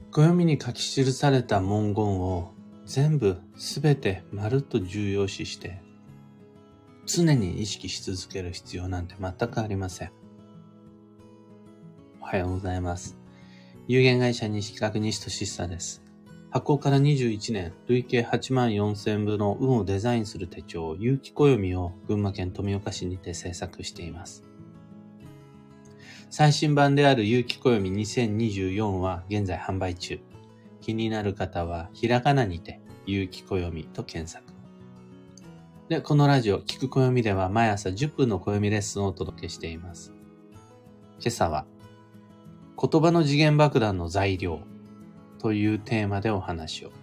暦に書き記された文言をすべてまるっと重要視して常に意識し続ける必要なんて全くありません。おはようございます。有限会社西企画西俊久です。発行から21年、累計8万4000部の運をデザインする手帳、有機暦を群馬県富岡市にて制作しています。最新版である有機暦2024は現在販売中。気になる方はひらがなにて有機暦と検索。で、このラジオ、聞く暦では毎朝10分の暦レッスンをお届けしています。今朝は、言葉の時限爆弾の材料というテーマでお話を。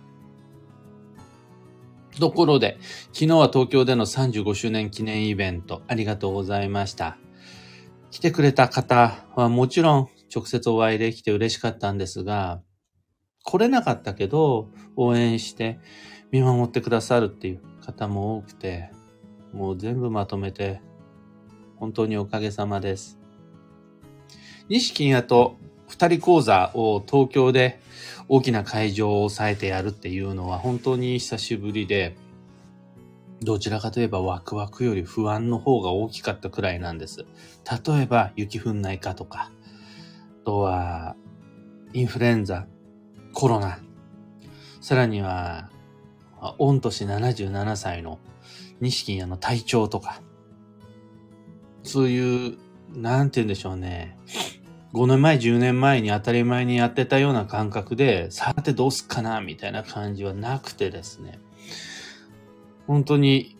ところで、昨日は東京での35周年記念イベントありがとうございました。来てくれた方はもちろん直接お会いできて嬉しかったんですが、来れなかったけど応援して見守ってくださるっていう方も多くて、もう全部まとめて本当におかげさまです。西金谷と二人講座を東京で大きな会場を抑えてやるっていうのは本当に久しぶりで、どちらかといえばワクワクより不安の方が大きかったくらいなんです。例えば雪降んないかとか、あとはインフルエンザ、コロナ、さらには御年77歳の西金谷の体調とか、そういうなんて言うんでしょうね、5年前10年前に当たり前にやってたような感覚でさてどうすっかなみたいな感じはなくてですね、本当に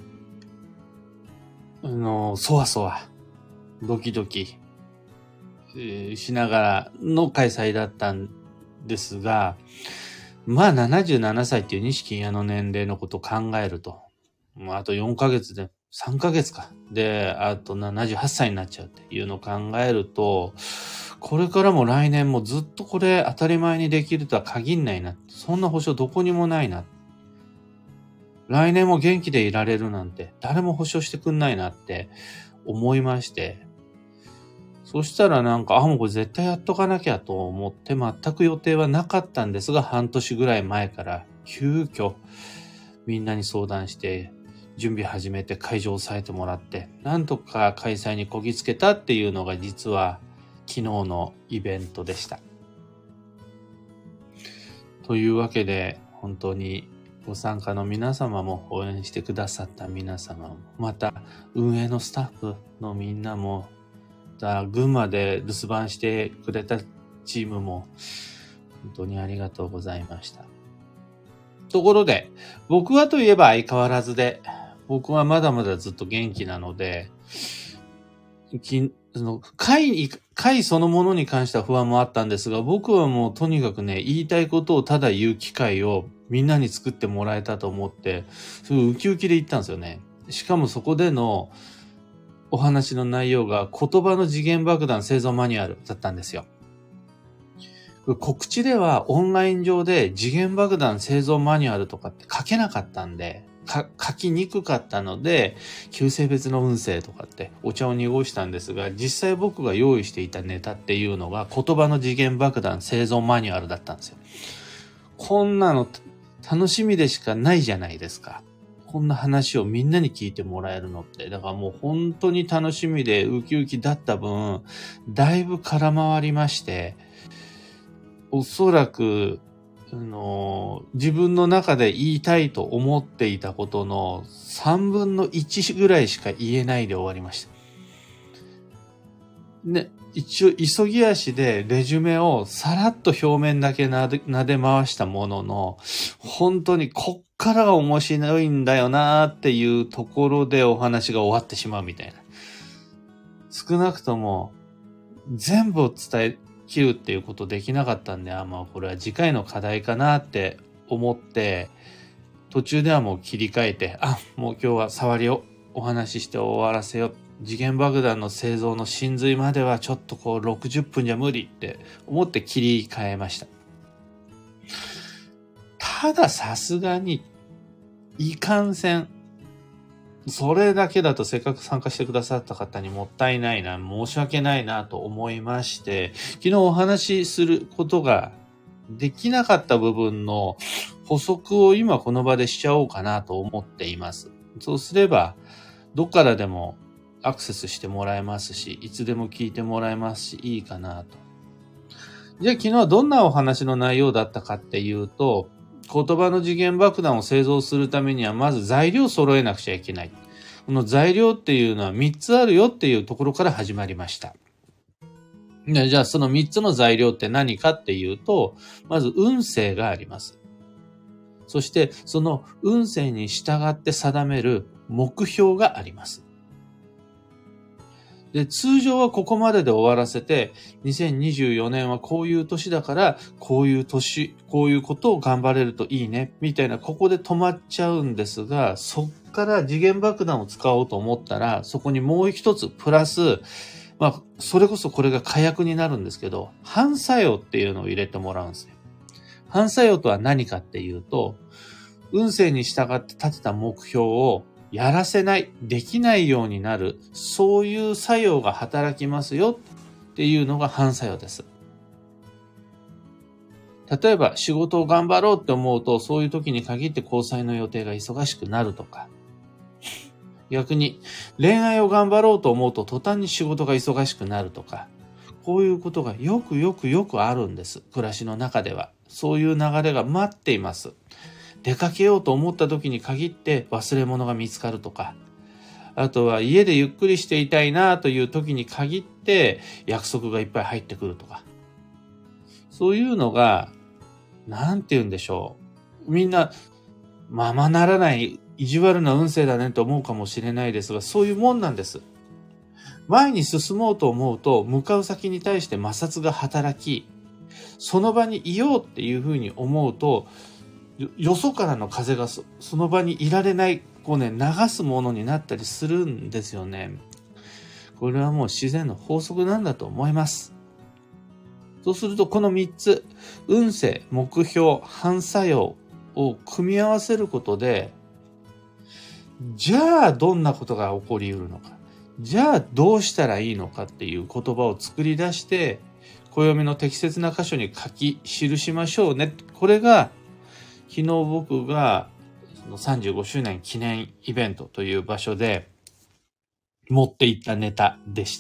そわそわドキドキ、しながらの開催だったんですが、まあ77歳っていう西金谷の年齢のことを考えると、あと4ヶ月で3ヶ月かであと78歳になっちゃうっていうのを考えると、これからも来年もずっとこれ当たり前にできるとは限んないな、そんな保証どこにもないな、来年も元気でいられるなんて誰も保証してくんないなって思いまして、そしたらもうこれ絶対やっとかなきゃと思って全く予定はなかったんですが、半年ぐらい前から急遽みんなに相談して準備始めて会場を抑えてもらって、なんとか開催にこぎつけたっていうのが実は昨日のイベントでした。というわけで本当にご参加の皆様も応援してくださった皆様も、また運営のスタッフのみんなも、群馬で留守番してくれたチームも本当にありがとうございました。ところで、僕はといえば相変わらずで、僕はまだまだずっと元気なので、会そのものに関しては不安もあったんですが、僕はもうとにかくね、言いたいことをただ言う機会をみんなに作ってもらえたと思って、すごいウキウキで言ったんですよね。しかもそこでのお話の内容が言葉の時限爆弾製造マニュアルだったんですよ。告知ではオンライン上で時限爆弾製造マニュアルとかって書けなかったんで、書きにくかったので、旧性別の運勢とかってお茶を濁したんですが、実際僕が用意していたネタっていうのが言葉の時限爆弾製造マニュアルだったんですよ。こんなの楽しみでしかないじゃないですか。こんな話をみんなに聞いてもらえるのって。だからもう本当に楽しみでウキウキだった分、だいぶ空回りまして、おそらく、自分の中で言いたいと思っていたことの3分の1ぐらいしか言えないで終わりました。ね、一応急ぎ足でレジュメをさらっと表面だけ撫で回したものの、本当にこっからが面白いんだよなーっていうところでお話が終わってしまうみたいな。少なくとも全部を伝え切るっていうことできなかったんで、これは次回の課題かなって思って、途中ではもう切り替えて、もう今日は触りをお話しして終わらせよう。時限爆弾の製造の真髄まではちょっと60分じゃ無理って思って切り替えました。たださすがにいかんせん、それだけだとせっかく参加してくださった方にもったいないな、申し訳ないなと思いまして、昨日お話しすることができなかった部分の補足を今この場でしちゃおうかなと思っています。そうすれば、どっからでもアクセスしてもらえますし、いつでも聞いてもらえますし、いいかなと。じゃあ昨日はどんなお話の内容だったかっていうと、言葉の時限爆弾を製造するためにはまず材料を揃えなくちゃいけない。この材料っていうのは3つあるよっていうところから始まりました。じゃあその3つの材料って何かっていうと、まず運勢があります。そしてその運勢に従って定める目標があります。で、通常はここまでで終わらせて、2024年はこういう年だから、こういう年、こういうことを頑張れるといいね、みたいな、ここで止まっちゃうんですが、そっから時限爆弾を使おうと思ったら、そこにもう一つプラス、それこそこれが火薬になるんですけど、反作用っていうのを入れてもらうんですよ。反作用とは何かっていうと、運勢に従って立てた目標をやらせない、できないようになる、そういう作用が働きますよっていうのが反作用です。例えば仕事を頑張ろうって思うと、そういう時に限って交際の予定が忙しくなるとか、逆に恋愛を頑張ろうと思うと途端に仕事が忙しくなるとか、こういうことがよくあるんです。暮らしの中では。そういう流れが待っています。出かけようと思った時に限って忘れ物が見つかるとか、あとは家でゆっくりしていたいなという時に限って約束がいっぱい入ってくるとか、そういうのが、なんて言うんでしょう。みんな、ままならない意地悪な運勢だねと思うかもしれないですが、そういうもんなんです。前に進もうと思うと、向かう先に対して摩擦が働き、その場にいようっていうふうに思うと、よそからの風がその場にいられない、流すものになったりするんですよね。これはもう自然の法則なんだと思います。そうするとこの3つ、運勢、目標、反作用を組み合わせることで、じゃあどんなことが起こり得るのか。じゃあどうしたらいいのかっていう言葉を作り出して、暦の適切な箇所に書き記しましょうね。これが昨日僕がその35周年記念イベントという場所で持っていったネタでした。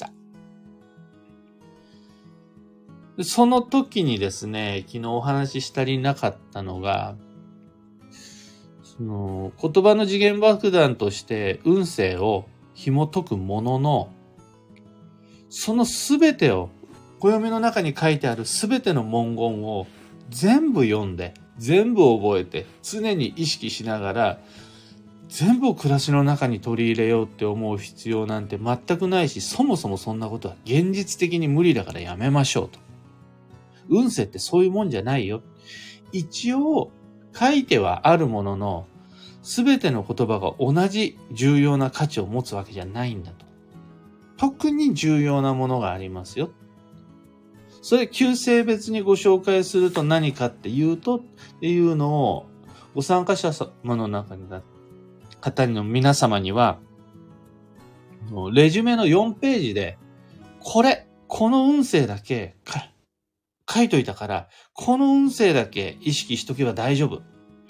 その時にですね、昨日お話ししたりなかったのが、その言葉の時限爆弾として運勢を紐解くものの、そのすべてを、暦の中に書いてあるすべての文言を全部読んで、全部覚えて、常に意識しながら、全部を暮らしの中に取り入れようって思う必要なんて全くないし、そもそもそんなことは現実的に無理だからやめましょうと。運勢ってそういうもんじゃないよ。一応書いてはあるものの、すべての言葉が同じ重要な価値を持つわけじゃないんだと。特に重要なものがありますよ。それ、旧姓別にご紹介すると何かっていうと、っていうのを、ご参加者様の中に方の皆様には、レジュメの4ページで、この運勢だけ書いといたから、この運勢だけ意識しとけば大丈夫。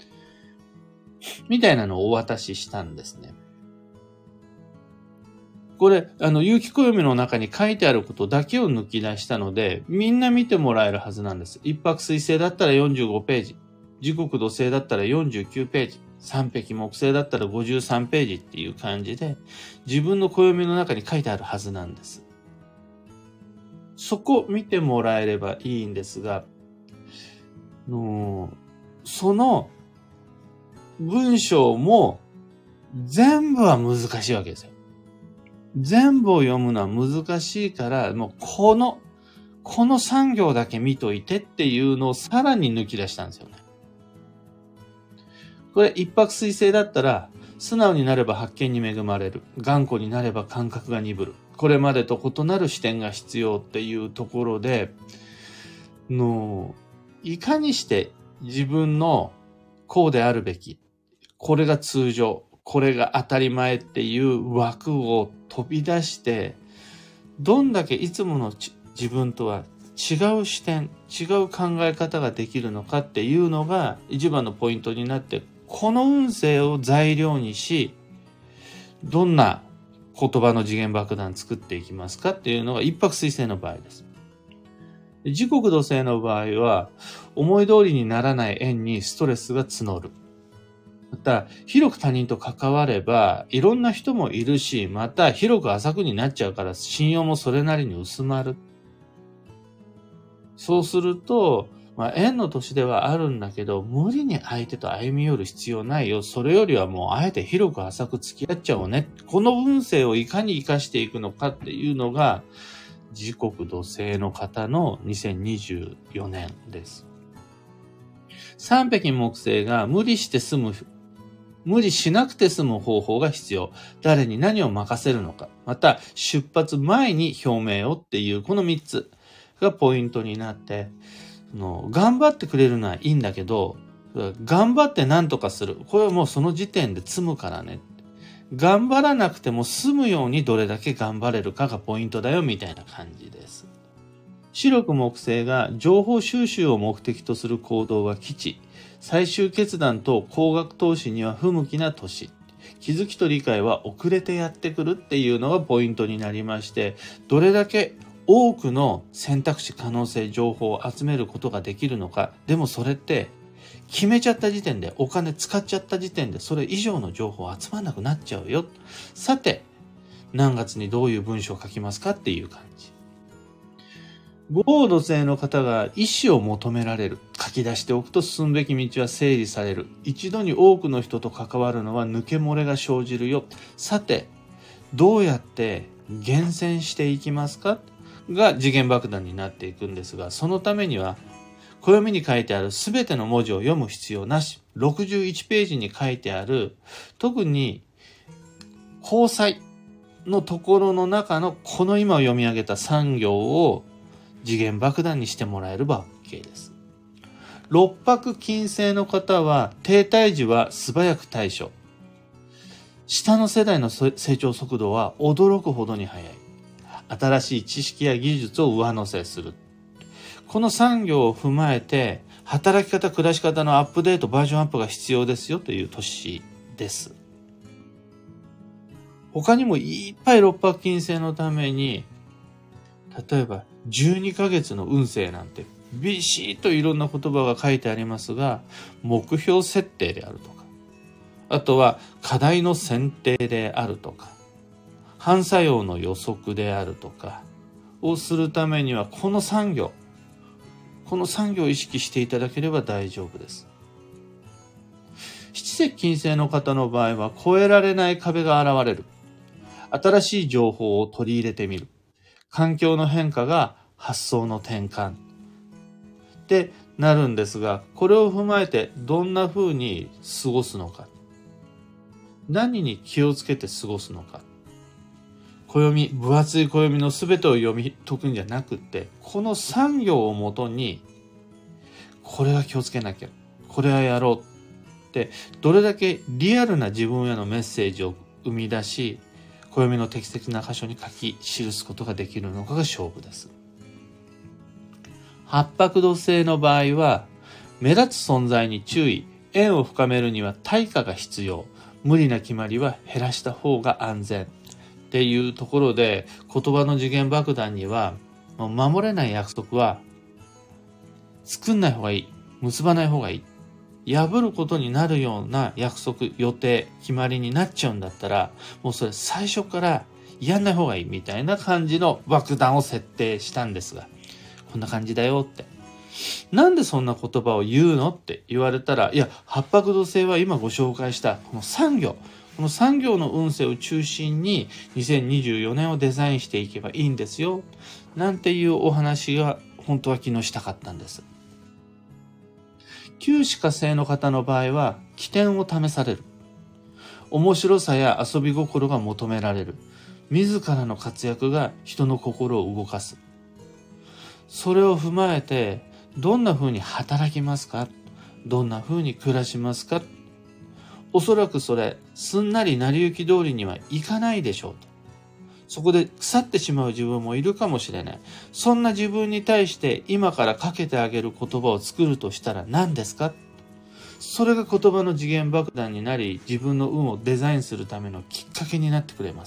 みたいなのをお渡ししたんですね。これ、有機暦の中に書いてあることだけを抜き出したので、みんな見てもらえるはずなんです。一泊水星だったら45ページ。時刻土星だったら49ページ。三匹木星だったら53ページっていう感じで、自分の暦の中に書いてあるはずなんです。そこ見てもらえればいいんですが、その文章も全部は難しいわけですよ。全部を読むのは難しいから、もうこの3行だけ見といてっていうのをさらに抜き出したんですよね。これ一泊水星だったら、素直になれば発見に恵まれる。頑固になれば感覚が鈍る。これまでと異なる視点が必要っていうところで、いかにして自分のこうであるべき、これが通常、これが当たり前っていう枠を飛び出して、どんだけいつもの自分とは違う視点、違う考え方ができるのかっていうのが一番のポイントになって、この運勢を材料にし、どんな言葉の時限爆弾作っていきますかっていうのが一泊水星の場合です。時刻土星の場合は、思い通りにならない縁にストレスが募る。また、広く他人と関われば、いろんな人もいるし、また広く浅くになっちゃうから信用もそれなりに薄まる。そうすると、縁の年ではあるんだけど、無理に相手と歩み寄る必要ないよ。それよりはもうあえて広く浅く付き合っちゃおうね。この運勢をいかに活かしていくのかっていうのが、時刻土星の方の2024年です。三匹木星が無理しなくて済む方法が必要。誰に何を任せるのか。また、出発前に表明をっていう、この3つがポイントになって、頑張ってくれるのはいいんだけど、頑張って何とかする。これはもうその時点で積むからね。頑張らなくても済むようにどれだけ頑張れるかがポイントだよみたいな感じです。白く木星が情報収集を目的とする行動は基地。最終決断と高額投資には不向きな年。気づきと理解は遅れてやってくるっていうのがポイントになりまして、どれだけ多くの選択肢、可能性、情報を集めることができるのか。でもそれって決めちゃった時点で、お金使っちゃった時点でそれ以上の情報集まんなくなっちゃうよ。さて、何月にどういう文章を書きますかっていう感じ。豪土星の方が意思を求められる。書き出しておくと進むべき道は整理される。一度に多くの人と関わるのは抜け漏れが生じるよ。さて、どうやって厳選していきますかが時限爆弾になっていくんですが、そのためには、暦に書いてあるすべての文字を読む必要なし。61ページに書いてある、特に交際のところの中のこの今読み上げた3行を時限爆弾にしてもらえれば OK です。六白金星の方は停滞時は素早く対処。下の世代の成長速度は驚くほどに速い。新しい知識や技術を上乗せする。この産業を踏まえて、働き方、暮らし方のアップデート、バージョンアップが必要ですよという年です。他にもいっぱい六白金星のために、例えば12ヶ月の運勢なんてビシッといろんな言葉が書いてありますが、目標設定であるとか、あとは課題の選定であるとか、反作用の予測であるとかをするためにはこの3行を意識していただければ大丈夫です。七石金星の方の場合は越えられない壁が現れる。新しい情報を取り入れてみる。環境の変化が発想の転換ってなるんですが、これを踏まえてどんな風に過ごすのか。何に気をつけて過ごすのか。暦、分厚い暦のすべてを読み解くんじゃなくって、この3行をもとに、これは気をつけなきゃ、これはやろうって、どれだけリアルな自分へのメッセージを生み出し、暦の適切な箇所に書き記すことができるのかが勝負です。八白土星の場合は、目立つ存在に注意、縁を深めるには対価が必要、無理な決まりは減らした方が安全っていうところで、言葉の時限爆弾には、守れない約束は作んない方がいい、結ばない方がいい。破ることになるような約束、予定、決まりになっちゃうんだったら、もうそれ最初からやんない方がいいみたいな感じの爆弾を設定したんですが、こんな感じだよって。なんでそんな言葉を言うのって言われたら、いや、八白土星は今ご紹介したこの3行、この3行の運勢を中心に2024年をデザインしていけばいいんですよ。なんていうお話が本当は昨日したかったんです。旧歯科星の方の場合は起点を試される。面白さや遊び心が求められる。自らの活躍が人の心を動かす。それを踏まえて、どんな風に働きますか？どんな風に暮らしますか？おそらくそれ、すんなり成り行き通りにはいかないでしょうと。 そこで腐ってしまう自分もいるかもしれない。そんな自分に対して今からかけてあげる言葉を作るとしたら何ですか？それが言葉の次元爆弾になり、自分の運をデザインするためのきっかけになってくれます。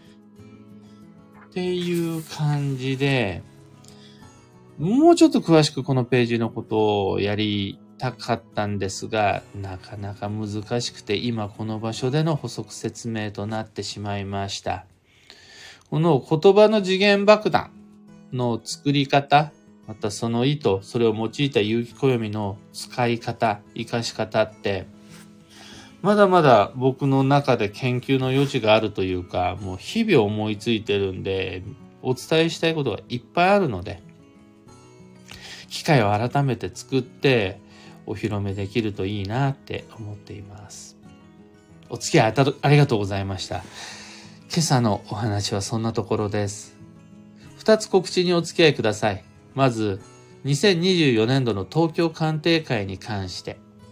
っていう感じで、もうちょっと詳しくこのページのことをやりたかったんですが、なかなか難しくて、今この場所での補足説明となってしまいました。この言葉の次元爆弾の作り方、またその意図、それを用いた有機暦の使い方、活かし方って、まだまだ僕の中で研究の余地があるというか、もう日々思いついてるんで、お伝えしたいことがいっぱいあるので、機会を改めて作ってお披露目できるといいなって思っています。お付き合いありがとうございました。今朝のお話はそんなところです。2つ告知にお付き合いください。まず、2024年度の東京鑑定会に関して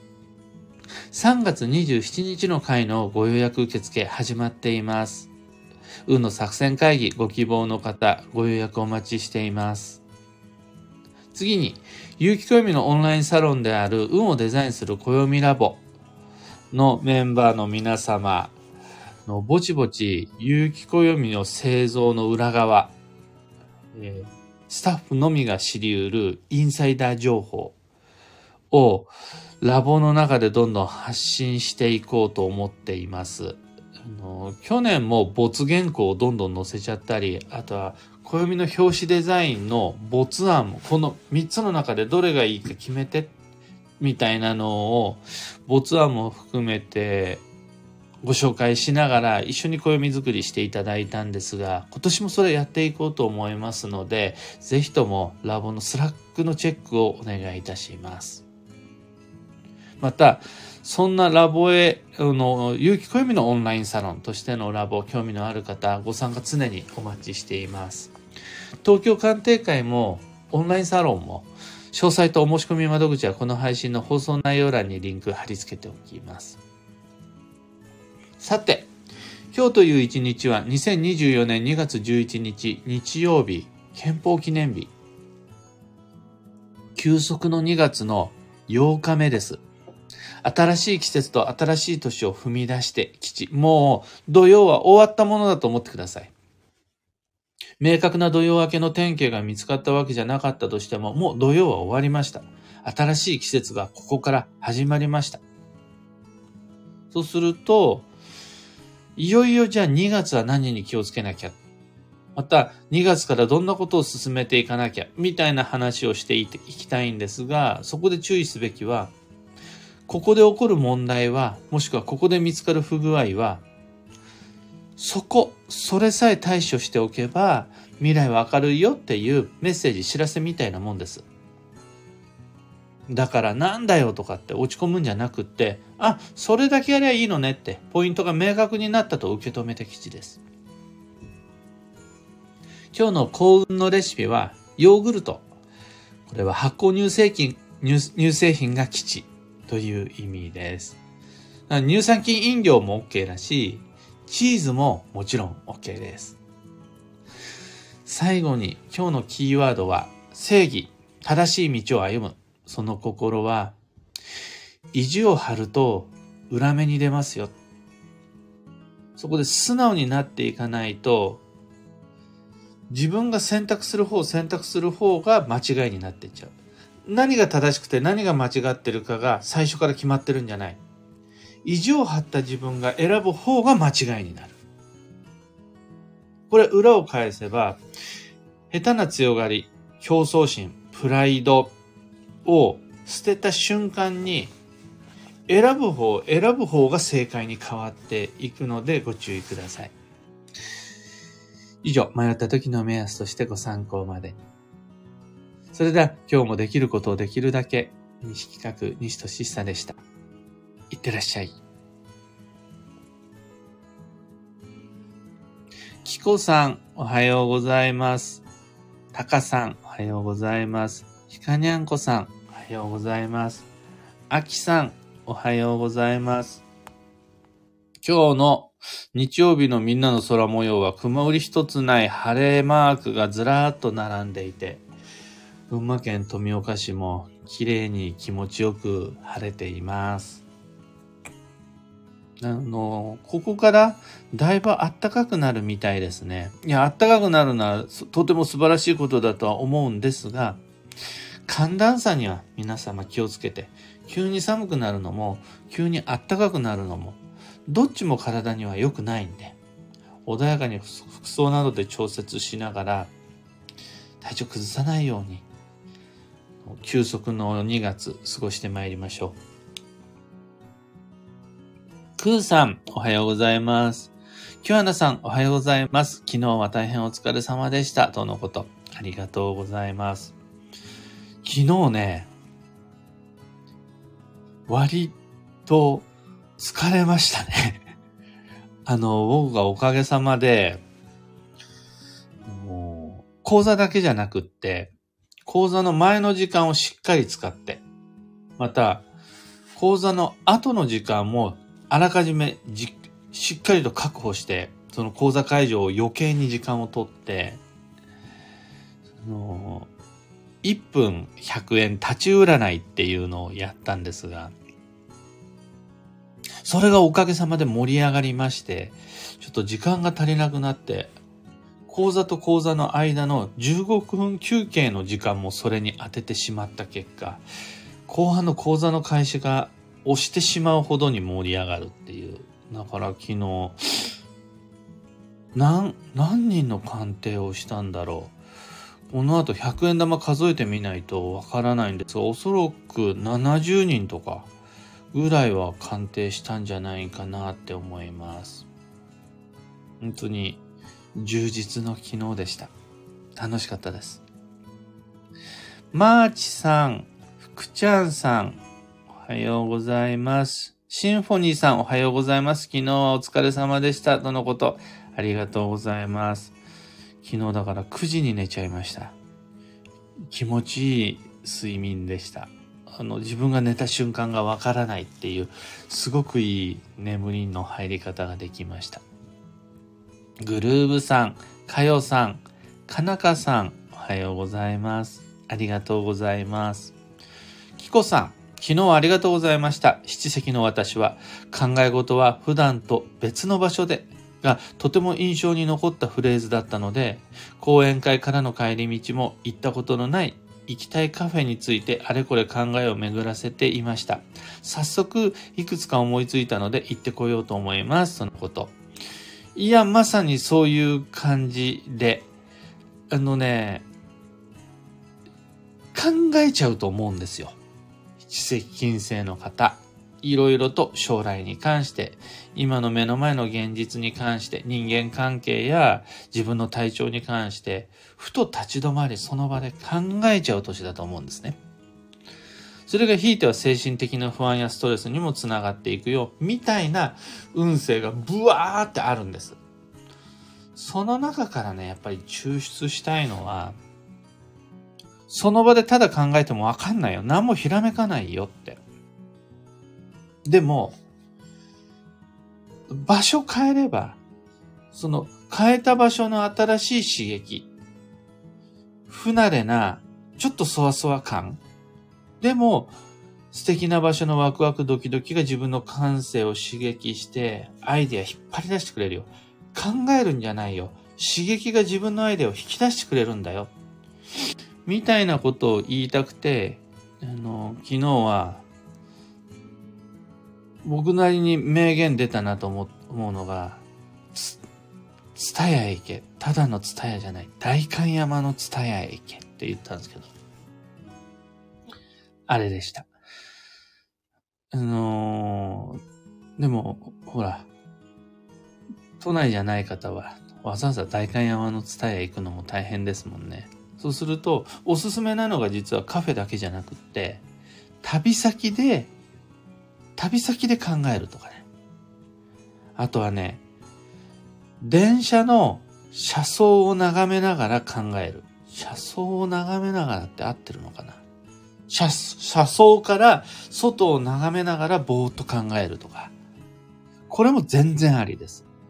、3月27日の会のご予約受付始まっています。運の作戦会議ご希望の方、ご予約お待ちしています。次に、有機暦のオンラインサロンである運をデザインする暦ラボのメンバーの皆様のぼちぼち有機暦の製造の裏側、スタッフのみが知り得るインサイダー情報をラボの中でどんどん発信していこうと思っています。去年も没原稿をどんどん載せちゃったり、あとは暦の表紙デザインの没案もこの3つの中でどれがいいか決めてみたいなのを没案も含めてご紹介しながら一緒に暦作りしていただいたんですが、今年もそれやっていこうと思いますので、ぜひともラボのスラックのチェックをお願いいたします。また、そんなラボへ、有機暦のオンラインサロンとしてのラボ、興味のある方、ご参加常にお待ちしています。東京鑑定会も、オンラインサロンも、詳細とお申し込み窓口はこの配信の放送内容欄にリンク貼り付けておきます。さて、今日という一日は2024年2月11日日曜日、憲法記念日。休息の2月の8日目です。新しい季節と新しい年を踏み出してもう土曜は終わったものだと思ってください。明確な土曜明けの典型が見つかったわけじゃなかったとしても、もう土曜は終わりました。新しい季節がここから始まりました。そうすると、いよいよじゃあ2月は何に気をつけなきゃ。また2月からどんなことを進めていかなきゃ、みたいな話をしていきたいんですが、そこで注意すべきは、ここで起こる問題は、もしくはここで見つかる不具合は、それさえ対処しておけば、未来は明るいよっていうメッセージ、知らせみたいなもんです。だからなんだよとかって落ち込むんじゃなくって、それだけやりゃいいのねって、ポイントが明確になったと受け止めて吉です。今日の幸運のレシピは、ヨーグルト。これは発酵乳製品が吉という意味です。乳酸菌飲料も OK だし、チーズももちろん OK です。最後に今日のキーワードは正義、正しい道を歩む。その心は、意地を張ると裏目に出ますよ。そこで素直になっていかないと、自分が選択する方が間違いになっていっちゃう。何が正しくて何が間違ってるかが最初から決まってるんじゃない。意地を張った自分が選ぶ方が間違いになる。これ裏を返せば、下手な強がり、競争心、プライドを捨てた瞬間に選ぶ方が正解に変わっていくのでご注意ください。以上、迷った時の目安としてご参考まで。それでは今日もできることをできるだけ、西企画西俊久でした。いってらっしゃい。きこさん、おはようございます。たかさん、おはようございます。ひかにゃんこさん、おはようございます。あきさん、おはようございます。今日の日曜日のみんなの空模様は曇り一つない晴れマークがずらーっと並んでいて、群馬県富岡市も綺麗に気持ちよく晴れています。ここからだいぶ暖かくなるみたいですね。いや、暖かくなるのはとても素晴らしいことだとは思うんですが、寒暖差には皆様気をつけて、急に寒くなるのも、急に暖かくなるのも、どっちも体には良くないんで、穏やかに服装などで調節しながら、体調崩さないように、休息の2月過ごしてまいりましょう。クーさん、おはようございます。キュアナさん、おはようございます。昨日は大変お疲れ様でした。とのこと。ありがとうございます。昨日ね、割と疲れましたね。僕がおかげさまで、もう、講座だけじゃなくって、講座の前の時間をしっかり使って、また、講座の後の時間もあらかじめしっかりと確保して、その講座会場を余計に時間を取って、1分100円立ち占いっていうのをやったんですが、それがおかげさまで盛り上がりまして、ちょっと時間が足りなくなって、講座と講座の間の15分休憩の時間もそれに当ててしまった結果、後半の講座の開始が押してしまうほどに盛り上がるっていう。だから昨日、何人の鑑定をしたんだろう。この後100円玉数えてみないとわからないんですが、おそらく70人とかぐらいは鑑定したんじゃないかなって思います。本当に充実の昨日でした。楽しかったです。マーチさん、福ちゃんさん、おはようございます。シンフォニーさん、おはようございます。昨日はお疲れ様でした。とのこと。ありがとうございます。昨日だから9時に寝ちゃいました。気持ちいい睡眠でした。自分が寝た瞬間がわからないっていう、すごくいい眠りの入り方ができました。グルーブさん、かよさん、かなかさん、おはようございます。ありがとうございます。きこさん、昨日はありがとうございました。七席の私は、考え事は普段と別の場所で、がとても印象に残ったフレーズだったので、講演会からの帰り道も行ったことのない行きたいカフェについてあれこれ考えを巡らせていました。早速、いくつか思いついたので行ってこようと思います。そのこと。いや、まさにそういう感じで、考えちゃうと思うんですよ。七石金星の方。いろいろと将来に関して、今の目の前の現実に関して、人間関係や自分の体調に関して、ふと立ち止まりその場で考えちゃう年だと思うんですね。それがひいては精神的な不安やストレスにもつながっていくよ、みたいな運勢がブワーってあるんです。その中からね、やっぱり抽出したいのは、その場でただ考えてもわかんないよ。何もひらめかないよって。でも、場所変えれば、その変えた場所の新しい刺激、不慣れな、ちょっとそわそわ感、でも素敵な場所のワクワクドキドキが自分の感性を刺激して、アイデア引っ張り出してくれるよ。考えるんじゃないよ。刺激が自分のアイデアを引き出してくれるんだよ。みたいなことを言いたくて、昨日は、僕なりに名言出たなと思うのが、ツタヤへ行け。ただのツタヤじゃない。代官山のツタヤへ行けって言ったんですけど。あれでした。でも、ほら、都内じゃない方は、わざわざ代官山のツタヤ行くのも大変ですもんね。そうすると、おすすめなのが実はカフェだけじゃなくって、旅先で考えるとかね。あとはね、電車の車窓を眺めながら考える。車窓を眺めながらって合ってるのかな。車窓から外を眺めながらぼーっと考えるとか。これも全然ありです。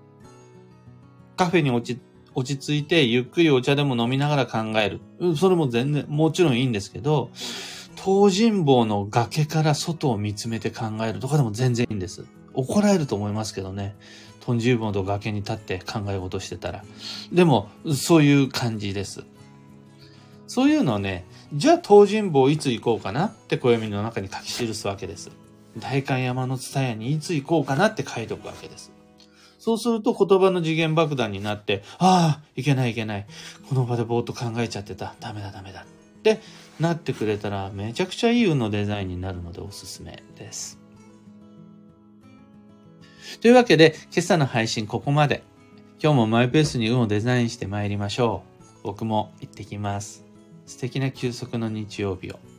カフェに落ち着いて、ゆっくりお茶でも飲みながら考える。それも全然、もちろんいいんですけど、東尋坊の崖から外を見つめて考えるとかでも全然いいんです。怒られると思いますけどね。東尋坊の崖に立って考え事してたら。でも、そういう感じです。そういうのをね、じゃあ東尋坊いつ行こうかなって暦の中に書き記すわけです。代官山の蔦屋にいつ行こうかなって書いておくわけです。そうすると言葉の次元爆弾になって、ああ、いけない。この場でぼーっと考えちゃってた。ダメだ。ってなってくれたらめちゃくちゃいい運のデザインになるのでおすすめです。というわけで、今朝の配信ここまで。今日もマイペースに運をデザインして参りましょう。僕も行ってきます。素敵な休息の日曜日を。